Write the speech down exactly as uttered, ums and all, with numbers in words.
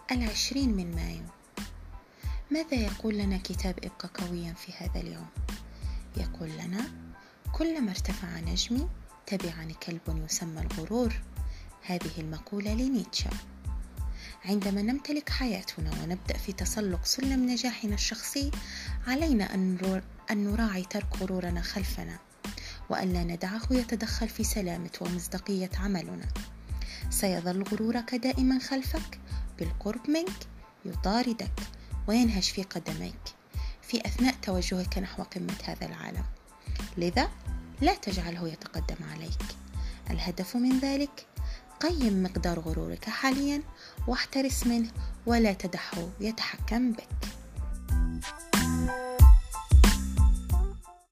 العشرين من مايو. ماذا يقول لنا كتاب ابقى قويا في هذا اليوم؟ يقول لنا: كلما ارتفع نجمي تبعني كلب يسمى الغرور. هذه المقولة لنيتشه. عندما نمتلك حياتنا ونبدأ في تسلق سلم نجاحنا الشخصي، علينا أن نراعي ترك غرورنا خلفنا، وألا ندعه يتدخل في سلامة ومصداقية عملنا. سيظل غرورك دائما خلفك، بالقرب منك يطاردك وينهش في قدميك في أثناء توجهك نحو قمة هذا العالم. لذا لا تجعله يتقدم عليك. الهدف من ذلك: قيم مقدار غرورك حاليا واحترس منه، ولا تدعه يتحكم بك.